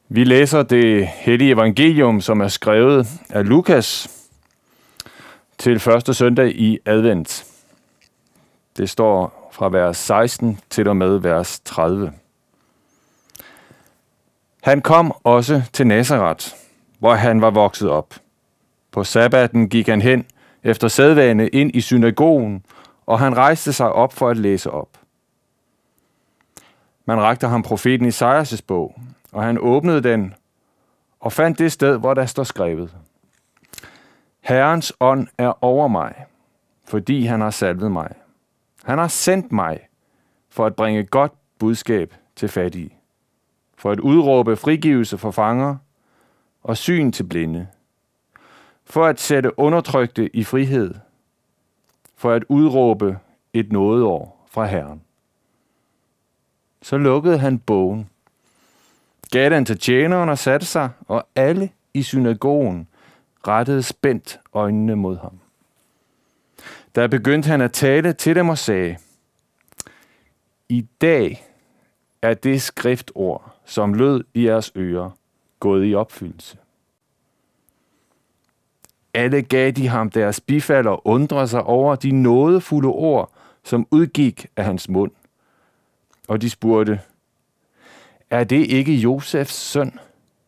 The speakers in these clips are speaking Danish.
Vi læser det hellige evangelium, som er skrevet af Lukas til første søndag i advent. Det står fra vers 16 til og med vers 30. Han kom også til Nazaret, hvor han var vokset op. På sabbaten gik han hen efter sædvane ind i synagogen, og han rejste sig op for at læse op. Man rakte ham profeten Esajas' bog, og han åbnede den og fandt det sted, hvor der står skrevet: Herrens ånd er over mig, fordi han har salvet mig. Han har sendt mig for at bringe godt budskab til fattige, for at udråbe frigivelse for fanger og syn til blinde, for at sætte undertrykte i frihed, for at udråbe et nådeår fra Herren. Så lukkede han bogen, gav den til tjeneren og satte sig, og alle i synagogen rettede spændt øjnene mod ham. Der begyndte han at tale til dem og sagde: I dag er det skriftord, som lød i jeres ører, gået i opfyldelse. Alle gav de ham deres bifald og undrede sig over de nådefulde ord, som udgik af hans mund. Og de spurgte: Er det ikke Josefs søn?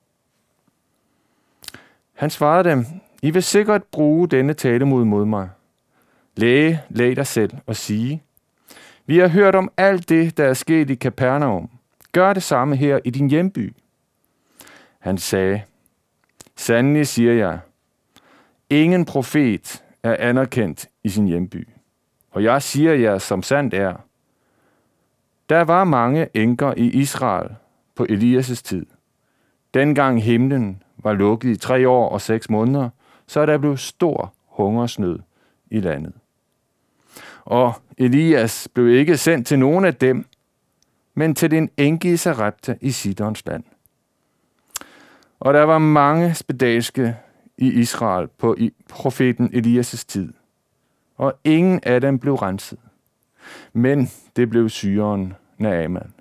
Han svarede dem: I vil sikkert bruge denne talemod mod mig. Læge, læg dig selv og sige: Vi har hørt om alt det, der er sket i Kapernaum. Gør det samme her i din hjemby. Han sagde: Sandelig siger jeg, ingen profet er anerkendt i sin hjemby. Og jeg siger jer, som sandt er, der var mange enker i Israel på Elias' tid. Dengang himlen var lukket i 3 år og 6 måneder, så der blev stor hungersnød i landet. Og Elias blev ikke sendt til nogen af dem, men til en enke i Sarepta i Sidons land. Og der var mange spedalske i Israel på profeten Elias' tid, og ingen af dem blev renset. Men det blev syreren Naaman.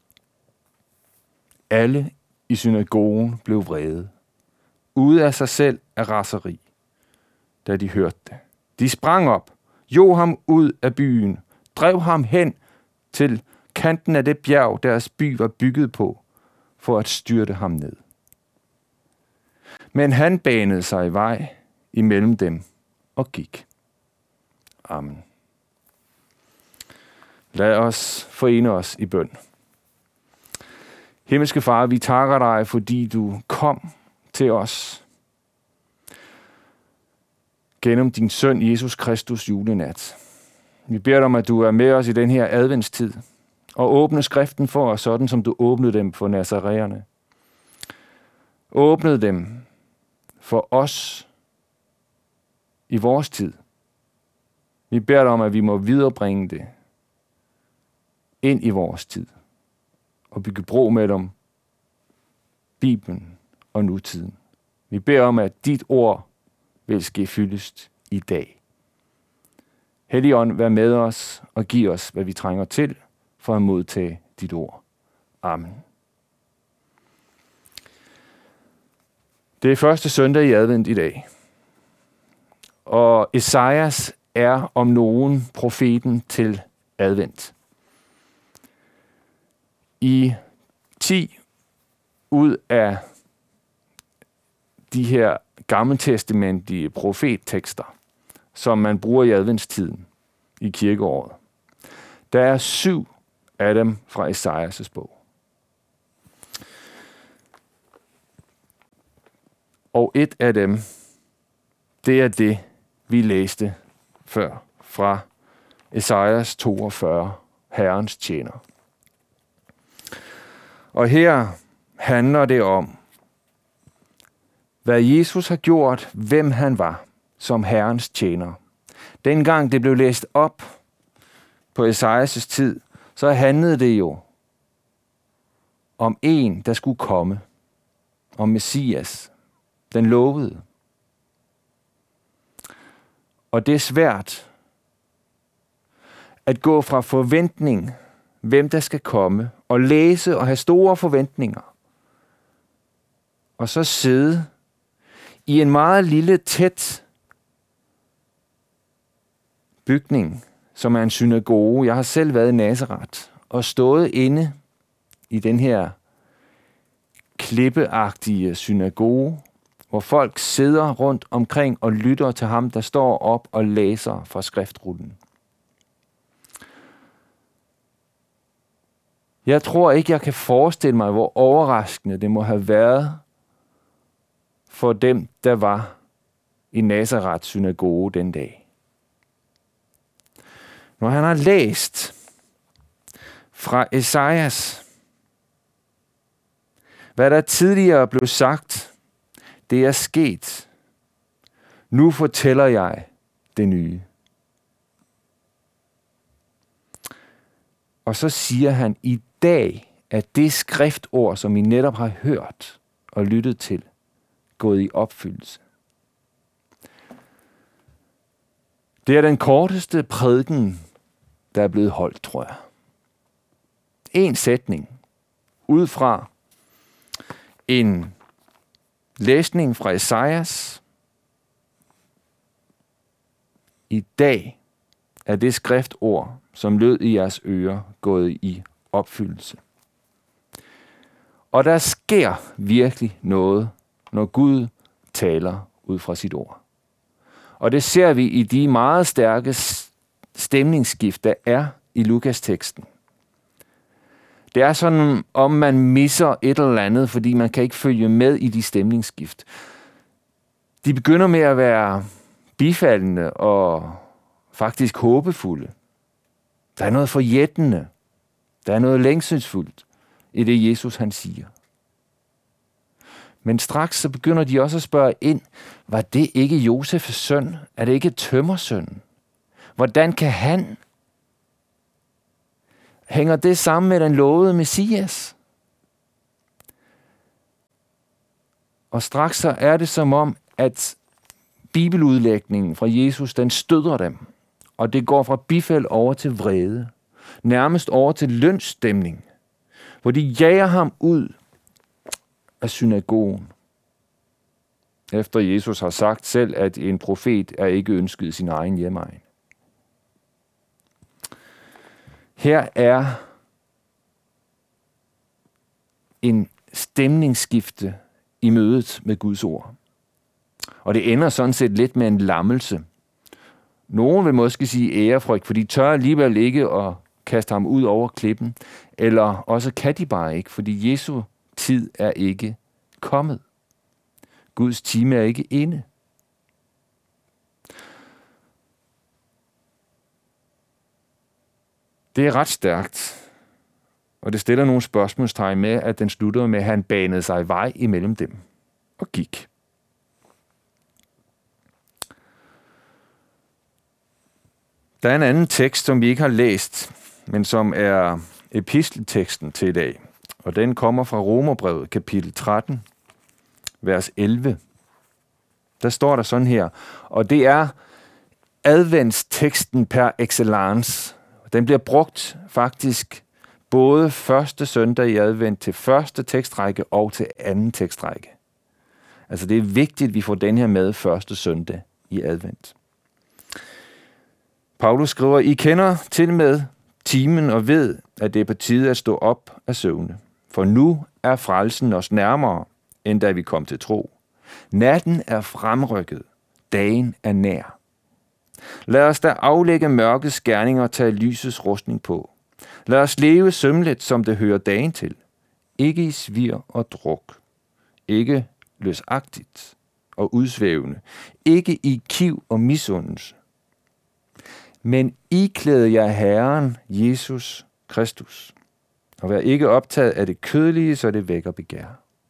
Alle i synagogen blev vrede, ude af sig selv af raseri, da de hørte det. De sprang op, jog ham ud af byen, drev ham hen til kanten af det bjerg, deres by var bygget på, for at styrte ham ned. Men han banede sig i vej imellem dem og gik. Amen. Lad os forene os i bøn. Himmelske Far, vi takker dig, fordi du kom til os gennem din søn Jesus Kristus julenat. Vi beder dig om, at du er med os i den her adventstid og åbne skriften for os, sådan som du åbnede dem for nazareerne. Åbnede dem for os i vores tid. Vi beder dig om, at vi må viderebringe det ind i vores tid og bygge bro mellem Bibelen og nutiden. Vi beder om, at dit ord vil ske fyldest i dag. Helligånd, vær med os og giv os, hvad vi trænger til for at modtage dit ord. Amen. Det er første søndag i advent i dag. Og Esajas er om nogen profeten til advent. I 10 ud af de her gammeltestamentlige profettekster, som man bruger i adventstiden i kirkeåret, der er 7 af dem fra Esajas' bog. Og et af dem, det er det, vi læste før fra Esajas 42, Herrens tjener. Og her handler det om, hvad Jesus har gjort, hvem han var som Herrens tjener. Dengang det blev læst op på Esajas' tid, så handlede det jo om en, der skulle komme, om Messias, den lovede. Og det er svært at gå fra forventning, hvem der skal komme, og læse og have store forventninger, og så sidde i en meget lille, tæt bygning, som er en synagoge. Jeg har selv været i Nazaret og stået inde i den her klippeagtige synagoge, hvor folk sidder rundt omkring og lytter til ham, der står op og læser fra skriftrullen. Jeg tror ikke, jeg kan forestille mig, hvor overraskende det må have været for dem, der var i Nazarets synagoge den dag. Når han har læst fra Esajas, hvad der tidligere blev sagt, det er sket. Nu fortæller jeg det nye. Og så siger han, i dag er det skriftord, som I netop har hørt og lyttet til, gået i opfyldelse. Det er den korteste prædiken, der er blevet holdt, tror jeg. En sætning ud fra en læsning fra Esajas. I dag er det skriftord, som lød i jeres ører, gået i opfyldelse. Og der sker virkelig noget, når Gud taler ud fra sit ord. Og det ser vi i de meget stærke stemningsskift, der er i Lukas-teksten. Det er sådan, om man misser et eller andet, fordi man kan ikke følge med i de stemningsskift. De begynder med at være bifaldende og faktisk håbefulde. Der er noget forjættende. Der er noget længselsfuldt i det, Jesus han siger. Men straks så begynder de også at spørge ind, var det ikke Josefs søn? Er det ikke tømmersønnen? Hvordan kan han? Hænger det sammen med den lovede Messias? Og straks så er det som om, at bibeludlægningen fra Jesus, den støder dem. Og det går fra bifald over til vrede. Nærmest over til lønstemning. Hvor de jager ham ud af synagogen. Efter Jesus har sagt selv, at en profet er ikke ønsket i sin egen hjemegn. Her er en stemningsskifte i mødet med Guds ord. Og det ender sådan set lidt med en lammelse. Nogen vil måske sige ærefrygt, for de tør alligevel ikke at kaste ham ud over klippen. Eller også kan de bare ikke, fordi Jesu tid er ikke kommet. Guds time er ikke inde. Det er ret stærkt, og det stiller nogle spørgsmålstegn med, at den slutter med, at han banede sig vej imellem dem og gik. Der er en anden tekst, som vi ikke har læst, men som er epistelteksten til i dag. Og den kommer fra Romerbrevet, kapitel 13, vers 11. Der står der sådan her, og det er adventsteksten per excellence. Den bliver brugt faktisk både første søndag i advent til første tekstrække og til anden tekstrække. Altså det er vigtigt, at vi får den her med første søndag i advent. Paulus skriver, I kender til med timen og ved, at det er på tide at stå op af søvne. For nu er frelsen os nærmere, end da vi kom til tro. Natten er fremrykket, dagen er nær. Lad os da aflægge mørkets gerninger og tage lysets rustning på. Lad os leve sømmeligt, som det hører dagen til. Ikke i svir og druk. Ikke løsagtigt og udsvævende. Ikke i kiv og misundelse. Men iklæde jer Herren, Jesus Kristus. Og vær ikke optaget af det kødelige, så det vækker begær.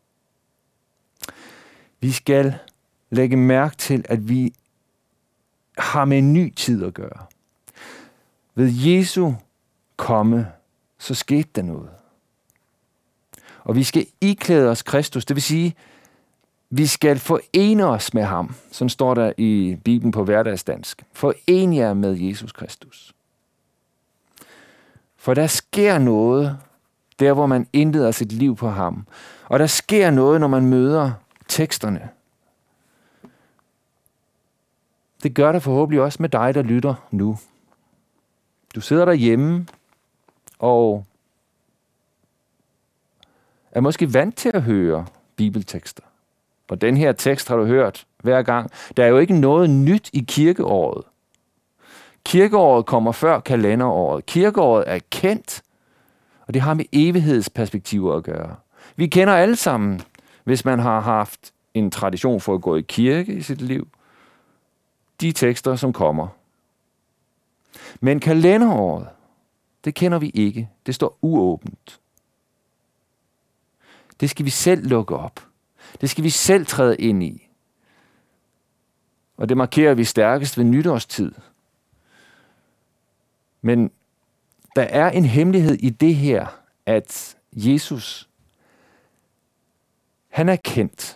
Vi skal lægge mærke til, at vi har med en ny tid at gøre. Ved Jesu komme, så skete der noget. Og vi skal iklæde os Kristus, det vil sige, vi skal forene os med ham. Sådan står der i Bibelen på hverdagsdansk. Foren jer med Jesus Kristus. For der sker noget, der hvor man indleder sit liv på ham. Og der sker noget, når man møder teksterne. Det gør det forhåbentlig også med dig, der lytter nu. Du sidder derhjemme og er måske vant til at høre bibeltekster. Og den her tekst har du hørt hver gang. Der er jo ikke noget nyt i kirkeåret. Kirkeåret kommer før kalenderåret. Kirkeåret er kendt, og det har med evighedsperspektiver at gøre. Vi kender alle sammen, hvis man har haft en tradition for at gå i kirke i sit liv, de tekster, som kommer. Men kalenderåret, det kender vi ikke. Det står uåbent. Det skal vi selv lukke op. Det skal vi selv træde ind i. Og det markerer vi stærkest ved nytårstid. Men der er en hemmelighed i det her, at Jesus, han er kendt.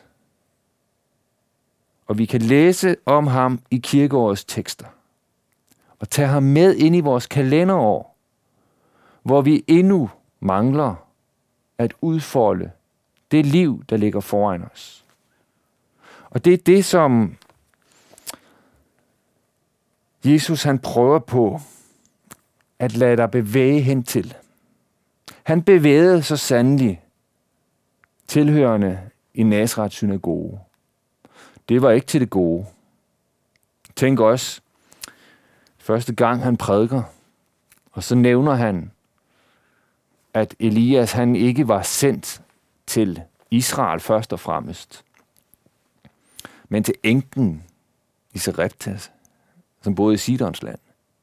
Og vi kan læse om ham i kirkeårets tekster. Og tage ham med ind i vores kalenderår, hvor vi endnu mangler at udfolde det liv, der ligger foran os. Og det er det, som Jesus han prøver på at lade dig bevæge hen til. Han bevægede så sandelig tilhørende i Nazareth synagoge. Det var ikke til det gode. Tænk også, første gang han prædiker, og så nævner han, at Elias han ikke var sendt til Israel først og fremmest, men til enken i Sarepta, som boede i Sidons land.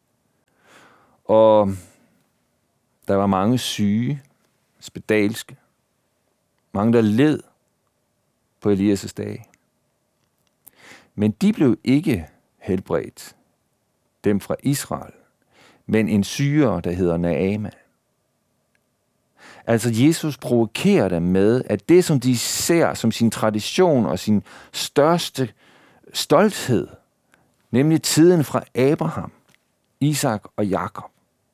Og der var mange syge, spedalske, mange der led på Elias' dage. Men de blev ikke helbredt, dem fra Israel, men en syrer, der hedder Naaman. Altså Jesus provokerer dem med, at det, som de ser som sin tradition og sin største stolthed, nemlig tiden fra Abraham, Isak og Jakob,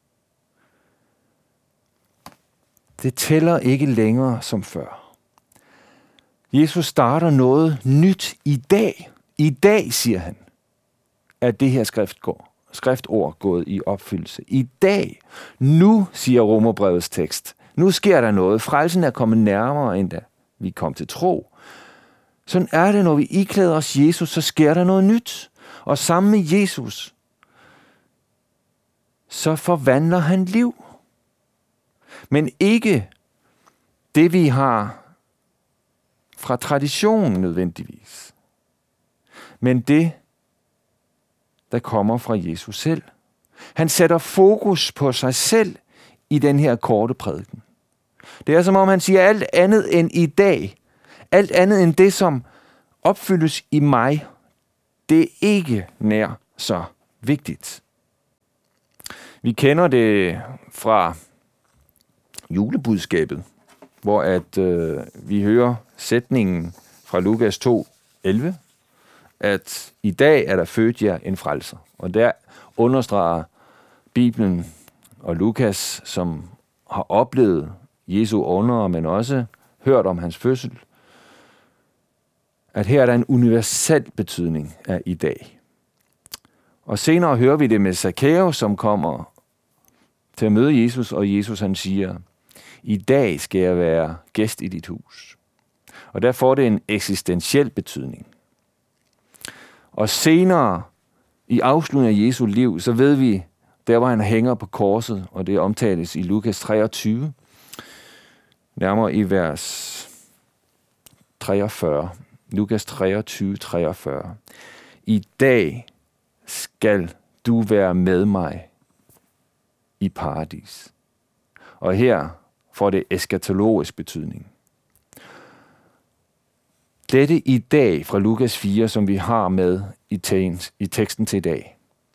det tæller ikke længere som før. Jesus starter noget nyt i dag. I dag, siger han, at det her skriftord gået i opfyldelse. I dag, nu, siger Romerbrevets tekst, nu sker der noget. Frelsen er kommet nærmere, end da vi kom til tro. Sådan er det, når vi iklæder os Jesus, så sker der noget nyt. Og sammen med Jesus, så forvandler han liv. Men ikke det, vi har fra traditionen nødvendigvis. Men det, der kommer fra Jesus selv. Han sætter fokus på sig selv i den her korte prædiken. Det er som om han siger alt andet end i dag. Alt andet end det, som opfyldes i mig. Det er ikke nær så vigtigt. Vi kender det fra julebudskabet, hvor vi hører sætningen fra Lukas 2:11, at i dag er der født jer en frelser. Og der understreger Bibelen og Lukas, som har oplevet Jesu under, men også hørt om hans fødsel, at her er der en universel betydning af i dag. Og senere hører vi det med Zakæus, som kommer til at møde Jesus, og Jesus han siger, i dag skal jeg være gæst i dit hus. Og der får det en eksistentiel betydning. Og senere i afslutningen af Jesu liv, så ved vi, der hvor han hænger på korset, og det omtales i Lukas 23, nærmere i vers 43. Lukas 23, 43. I dag skal du være med mig i paradis. Og her får det eskatologisk betydning. Dette i dag fra Lukas 4, som vi har med i teksten til i dag,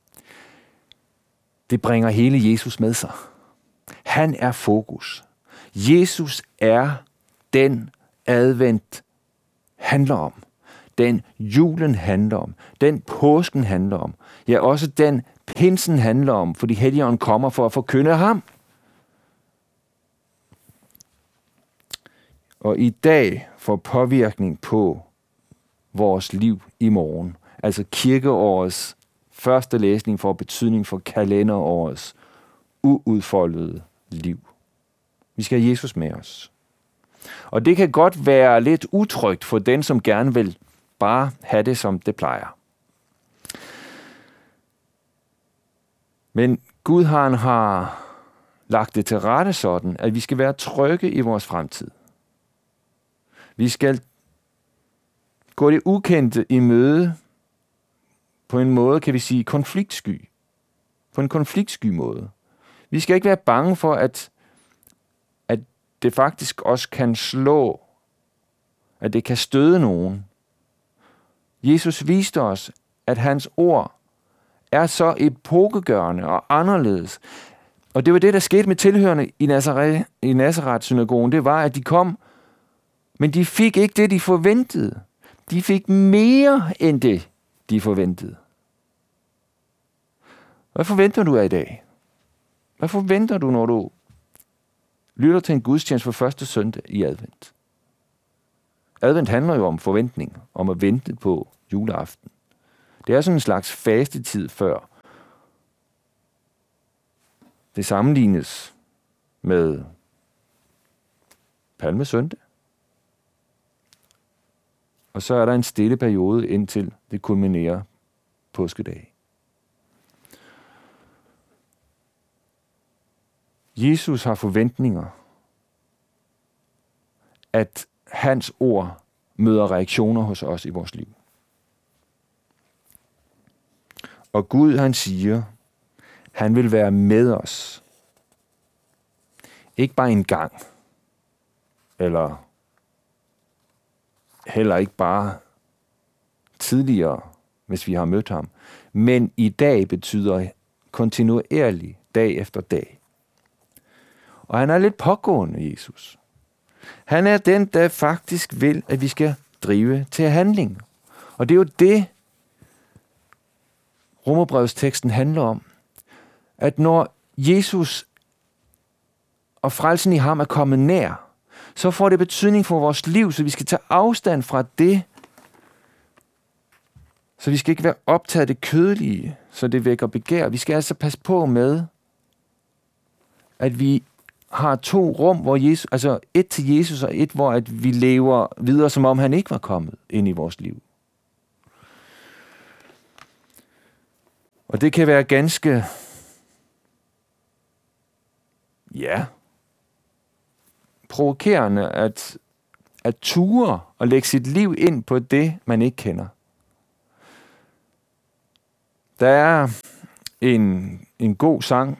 det bringer hele Jesus med sig. Han er fokus. Jesus er den advent handler om. Den julen handler om. Den påsken handler om. Ja, også den pinsen handler om, fordi Helligånden kommer for at forkynde ham. Og i dag får påvirkning på vores liv i morgen. Altså kirkeårets første læsning får betydning for kalenderårets uudfoldede liv. Vi skal have Jesus med os. Og det kan godt være lidt utrygt for den, som gerne vil bare have det, som det plejer. Men Gud har lagt det til rette sådan, at vi skal være trygge i vores fremtid. Vi skal gå det ukendte i møde på en måde, kan vi sige, konfliktsky. På en konfliktsky måde. Vi skal ikke være bange for, at det faktisk også kan slå, at det kan støde nogen. Jesus viste os, at hans ord er så epokegørende og anderledes. Og det var det, der skete med tilhørende i Nazareth-synagogen. Det var, at de kom, men de fik ikke det, de forventede. De fik mere end det, de forventede. Hvad forventer du af i dag? Hvad forventer du, når du lytter til en gudstjeneste for første søndag i advent? Advent handler jo om forventning, om at vente på juleaften. Det er sådan en slags fastetid før. Det sammenlignes med palmesøndag. Og så er der en stille periode, indtil det kulminerer påskedag. Jesus har forventninger, at hans ord møder reaktioner hos os i vores liv. Og Gud, han siger, han vil være med os. Ikke bare en gang, eller heller ikke bare tidligere, hvis vi har mødt ham. Men i dag betyder kontinuerlig, dag efter dag. Og han er lidt pågående, Jesus. Han er den, der faktisk vil, at vi skal drive til handling. Og det er jo det, Romerbrevsteksten handler om. At når Jesus og frelsen i ham er kommet nær, så får det betydning for vores liv, så vi skal tage afstand fra det. Så vi skal ikke være optaget af det kødelige, så det vækker begær. Vi skal altså passe på med, at vi har to rum, hvor Jesus, altså et til Jesus og et, hvor at vi lever videre, som om han ikke var kommet ind i vores liv. Og det kan være ganske, provokerende at ture og lægge sit liv ind på det, man ikke kender. Der er en god sang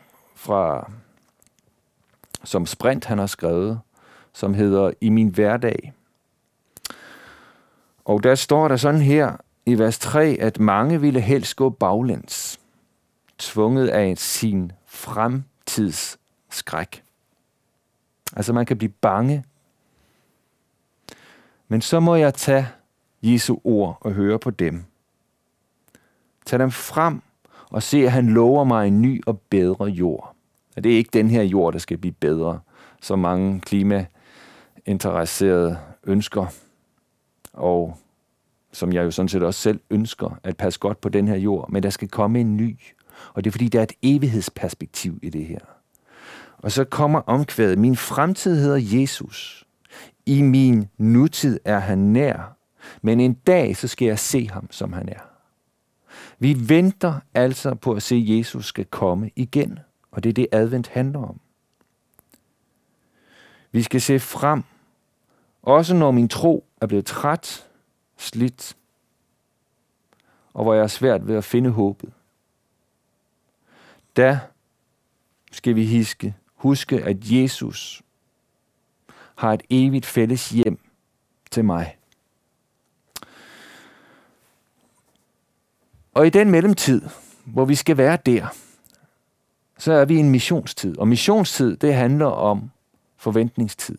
som Sprint han har skrevet, som hedder I min hverdag. Og der står der sådan her i vers 3, at mange ville helst gå baglæns, tvunget af sin fremtidsskræk. Altså man kan blive bange. Men så må jeg tage Jesu ord og høre på dem. Tag dem frem og se, at han lover mig en ny og bedre jord. Og det er ikke den her jord, der skal blive bedre, som mange klimainteresserede ønsker. Og som jeg jo sådan set også selv ønsker, at passe godt på den her jord. Men der skal komme en ny. Og det er fordi, der er et evighedsperspektiv i det her. Og så kommer omkvædet. Min fremtid hedder Jesus. I min nutid er han nær. Men en dag, så skal jeg se ham, som han er. Vi venter altså på at se, at Jesus skal komme igen. Og det er det, advent handler om. Vi skal se frem, også når min tro er blevet træt, slidt, og hvor jeg er svært ved at finde håbet. Da skal vi huske, at Jesus har et evigt fælles hjem til mig. Og i den mellemtid, hvor vi skal være der, så er vi i en missionstid. Og missionstid, det handler om forventningstid.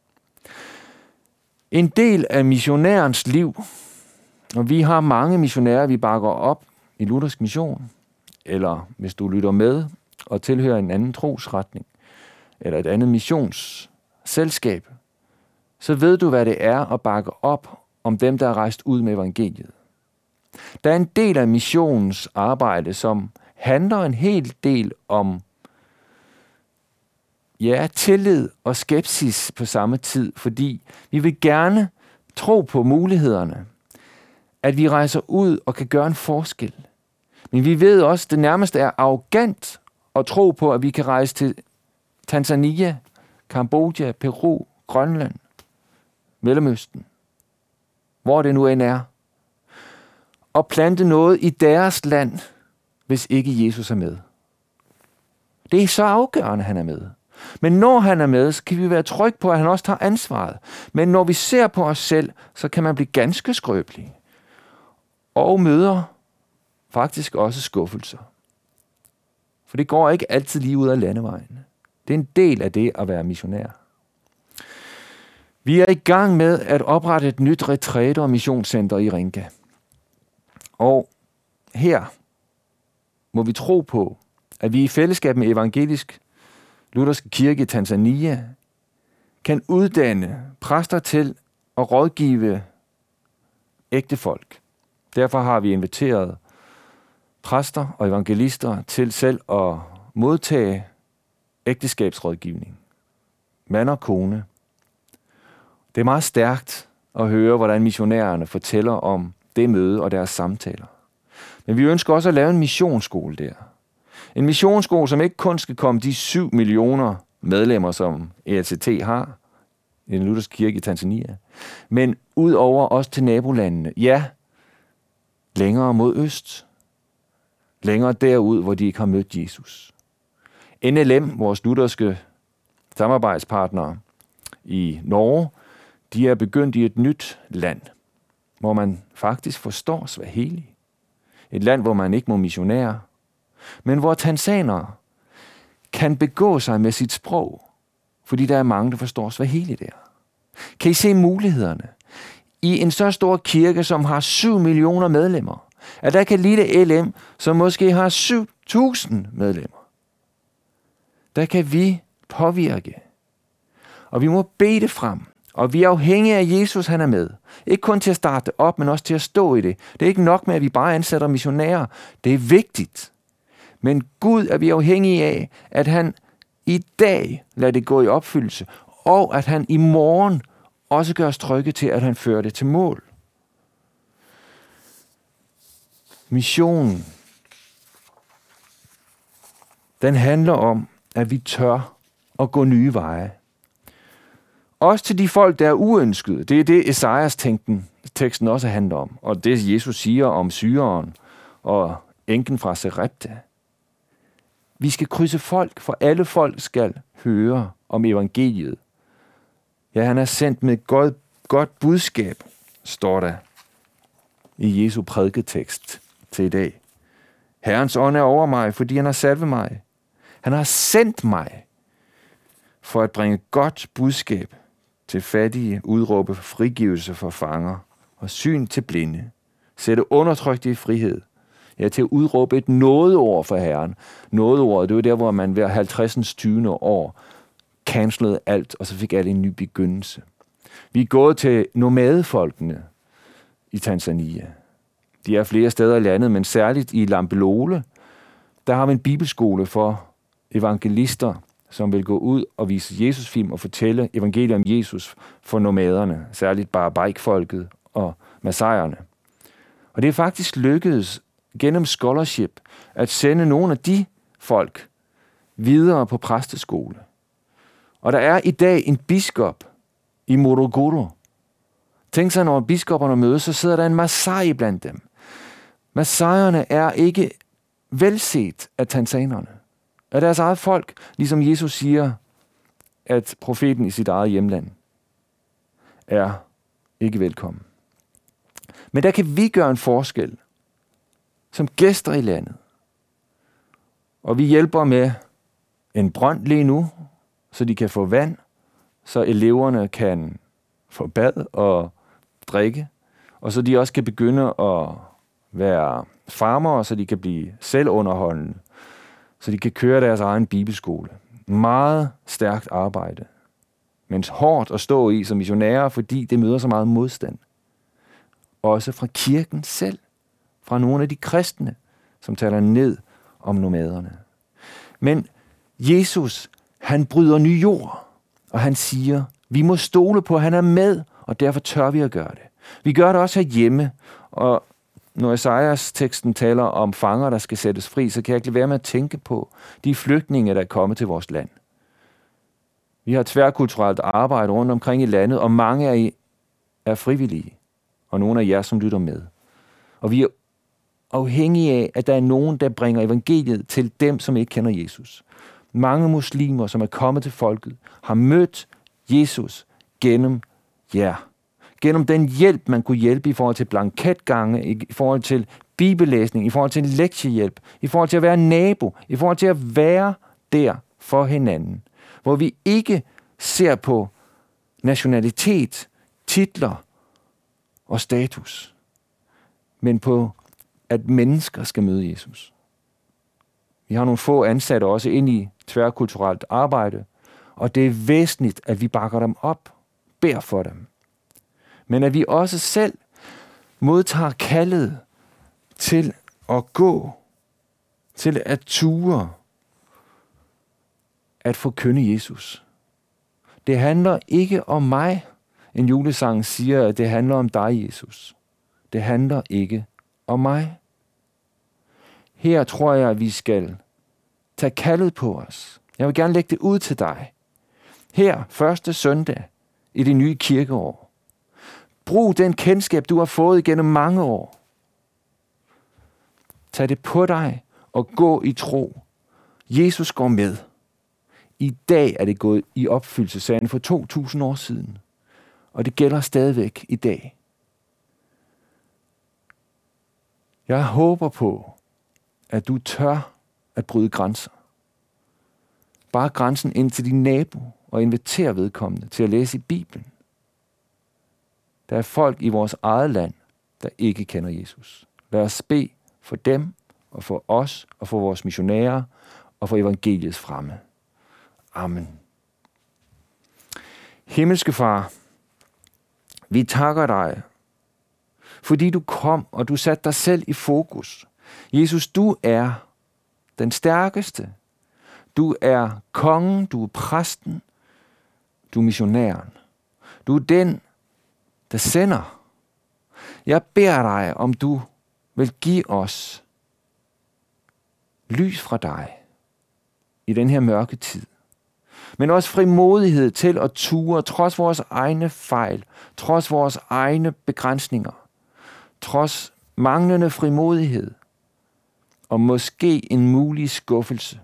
En del af missionærens liv, og vi har mange missionærer, vi bakker op i luthersk mission, eller hvis du lytter med og tilhører en anden trosretning, eller et andet missionsselskab, så ved du, hvad det er at bakke op om dem, der er rejst ud med evangeliet. Der er en del af missionens arbejde, som handler en hel del om tillid og skepsis på samme tid, fordi vi vil gerne tro på mulighederne, at vi rejser ud og kan gøre en forskel. Men vi ved også, at det nærmest er arrogant at tro på, at vi kan rejse til Tanzania, Kambodja, Peru, Grønland, Mellemøsten, hvor det nu end er, og plante noget i deres land, hvis ikke Jesus er med. Det er så afgørende, han er med. Men når han er med, så kan vi være trygge på, at han også tager ansvaret. Men når vi ser på os selv, så kan man blive ganske skrøbelig. Og møder faktisk også skuffelser. For det går ikke altid lige ud af landevejen. Det er en del af det at være missionær. Vi er i gang med at oprette et nyt retræte- og missionscenter i Ringa. Og her må vi tro på, at vi i fællesskab med Evangelisk Lutherske Kirke i Tanzania kan uddanne præster til at rådgive ægte folk. Derfor har vi inviteret præster og evangelister til selv at modtage ægteskabsrådgivning. Mand og kone. Det er meget stærkt at høre, hvordan missionærerne fortæller om det møde og deres samtaler. Men vi ønsker også at lave en missionsskole der. En missionsskole, som ikke kun skal komme de 7 millioner medlemmer, som ELCT har i den lutherske kirke i Tanzania, men udover også til nabolandene. Ja, længere mod øst. Længere derud, hvor de ikke har mødt Jesus. NLM, vores lutherske samarbejdspartnere i Norge, de er begyndt i et nyt land, hvor man faktisk forstår swahili. Et land, hvor man ikke må missionere, men hvor tanzanere kan begå sig med sit sprog, fordi der er mange, der forstår swahili der. Kan I se mulighederne? I en så stor kirke, som har 7 millioner medlemmer, at der kan lille LM, som måske har 7.000 medlemmer, der kan vi påvirke. Og vi må bede det frem. Og vi er afhængige af Jesus, han er med. Ikke kun til at starte op, men også til at stå i det. Det er ikke nok med, at vi bare ansætter missionærer. Det er vigtigt. Men Gud er vi afhængige af, at han i dag lader det gå i opfyldelse, og at han i morgen også gør os trygge til, at han fører det til mål. Missionen, den handler om, at vi tør at gå nye veje. Også til de folk, der er uønskede. Det er det, Esajas teksten også handler om. Og det, Jesus siger om syreren og enken fra Sarepta. Vi skal krydse folk, for alle folk skal høre om evangeliet. Ja, han er sendt med et godt budskab, står der i Jesu prædiketekst til i dag. Herrens ånd er over mig, fordi han har salvet mig. Han har sendt mig for at bringe godt budskab til fattige, udråbe frigivelse for fanger og syn til blinde, sætte undertrykte i frihed, ja, til at udråbe et nådeord for Herren. Nådeordet, det var der, hvor man hver 50. 20. år cancelede alt, og så fik alle en ny begyndelse. Vi er gået til nomadefolkene i Tanzania. De er flere steder i landet, men særligt i Lambelole, der har vi en bibelskole for evangelister, som vil gå ud og vise Jesusfilm og fortælle evangeliet om Jesus for nomaderne, særligt Barabaik-folket og masajerne. Og det er faktisk lykkedes gennem scholarship at sende nogle af de folk videre på præsteskole. Og der er i dag en biskop i Morogoro. Tænk sig, når biskopperne mødes, så sidder der en masai blandt dem. Masajerne er ikke velset af tanzanerne, af deres eget folk, ligesom Jesus siger, at profeten i sit eget hjemland er ikke velkommen. Men der kan vi gøre en forskel som gæster i landet. Og vi hjælper med en brønd lige nu, så de kan få vand, så eleverne kan få bad og drikke, og så de også kan begynde at være farmere, så de kan blive selvunderholdende, så de kan køre deres egen bibelskole. Meget stærkt arbejde, men hårdt at stå i som missionærer, fordi det møder så meget modstand. også fra kirken selv, fra nogle af de kristne, som taler ned om nomaderne. Men Jesus, han bryder ny jord, og han siger, vi må stole på, at han er med, og derfor tør vi at gøre det. Vi gør det også herhjemme, og når Esajas teksten taler om fanger, der skal sættes fri, så kan jeg ikke lade være med at tænke på de flygtninge, der er kommet til vores land. Vi har tværkulturelt arbejde rundt omkring i landet, og mange af I er frivillige, og nogle af jer, som lytter med. Og vi er afhængige af, at der er nogen, der bringer evangeliet til dem, som ikke kender Jesus. Mange muslimer, som er kommet til folket, har mødt Jesus gennem jer. Gennem den hjælp, man kunne hjælpe i forhold til blanketgange, i forhold til bibellæsning, i forhold til lektiehjælp, i forhold til at være nabo, i forhold til at være der for hinanden. Hvor vi ikke ser på nationalitet, titler og status, men på, at mennesker skal møde Jesus. Vi har nogle få ansatte også ind i tværkulturelt arbejde, og det er væsentligt, at vi bakker dem op, beder for dem. Men at vi også selv modtager kaldet til at gå, til at ture, at forkynde Jesus. Det handler ikke om mig. En julesang siger, at det handler om dig, Jesus. Det handler ikke om mig. Her tror jeg, at vi skal tage kaldet på os. Jeg vil gerne lægge det ud til dig. Her, første søndag i det nye kirkeår. Brug den kendskab, du har fået igennem mange år. Tag det på dig og gå i tro. Jesus går med. I dag er det gået i opfyldelse, sagde han for 2000 år siden. Og det gælder stadigvæk i dag. Jeg håber på, at du tør at bryde grænser. Bare grænsen ind til din nabo og inviter vedkommende til at læse i Bibelen. Der er folk i vores eget land, der ikke kender Jesus. Lad os bede for dem og for os og for vores missionærer og for evangeliets fremme. Amen. Himmelske Far, vi takker dig, fordi du kom, og du satte dig selv i fokus. Jesus, du er den stærkeste. Du er kongen, du er præsten, du er missionæren. Du er den, der sender. Jeg beder dig, om du vil give os lys fra dig i den her mørke tid. Men også frimodighed til at ture, trods vores egne fejl, trods vores egne begrænsninger, trods manglende frimodighed og måske en mulig skuffelse.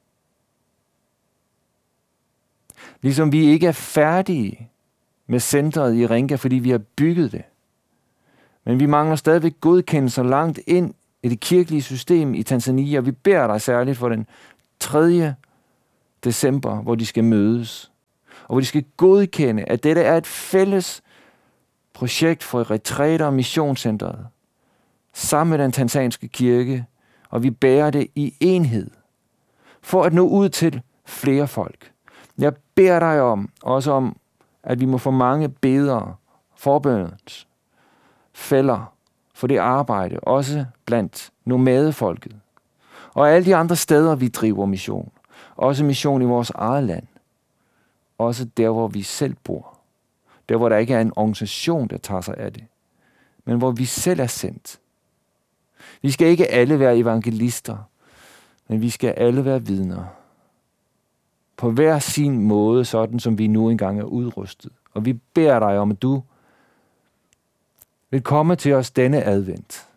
Ligesom vi ikke er færdige med centret i Ringa, fordi vi har bygget det. Men vi mangler stadigvæk godkendelser langt ind i det kirkelige system i Tanzania. Vi beder dig særligt for den 3. december, hvor de skal mødes. Og hvor de skal godkende, at dette er et fælles projekt for retræter og missionscentret. Sammen med den tanzanske kirke. Og vi bærer det i enhed. For at nå ud til flere folk. Jeg beder dig også om, at vi må få mange bedre forbøndens fælder for det arbejde, også blandt nomadefolket. Og alle de andre steder, vi driver mission. Også mission i vores eget land. Også der, hvor vi selv bor. Der, hvor der ikke er en organisation, der tager sig af det. Men hvor vi selv er sendt. Vi skal ikke alle være evangelister, men vi skal alle være vidner. På hver sin måde, sådan som vi nu engang er udrustet. Og vi beder dig om, at du vil komme til os denne advent.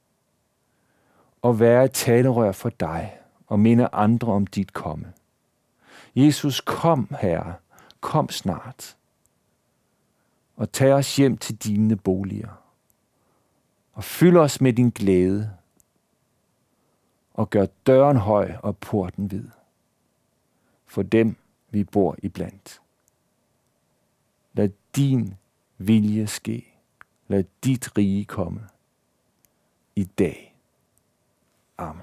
Og være et talerør for dig, og minde andre om dit komme. Jesus, kom, Herre, kom snart. Og tag os hjem til dine boliger. Og fyld os med din glæde. Og gør døren høj og porten vid. For dem, vi bor iblandt. Lad din vilje ske. Lad dit rige komme. I dag. Amen.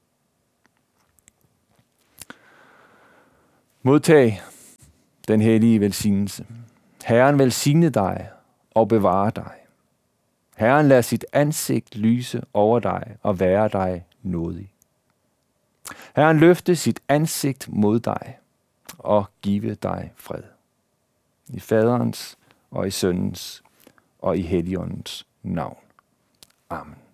Modtag den hellige velsignelse. Herren velsigne dig og bevare dig. Herren lader sit ansigt lyse over dig og være dig nådig. Herren løfte sit ansigt mod dig og give dig fred. I Faderens og i Sønnens og i Helligåndens navn. Amen.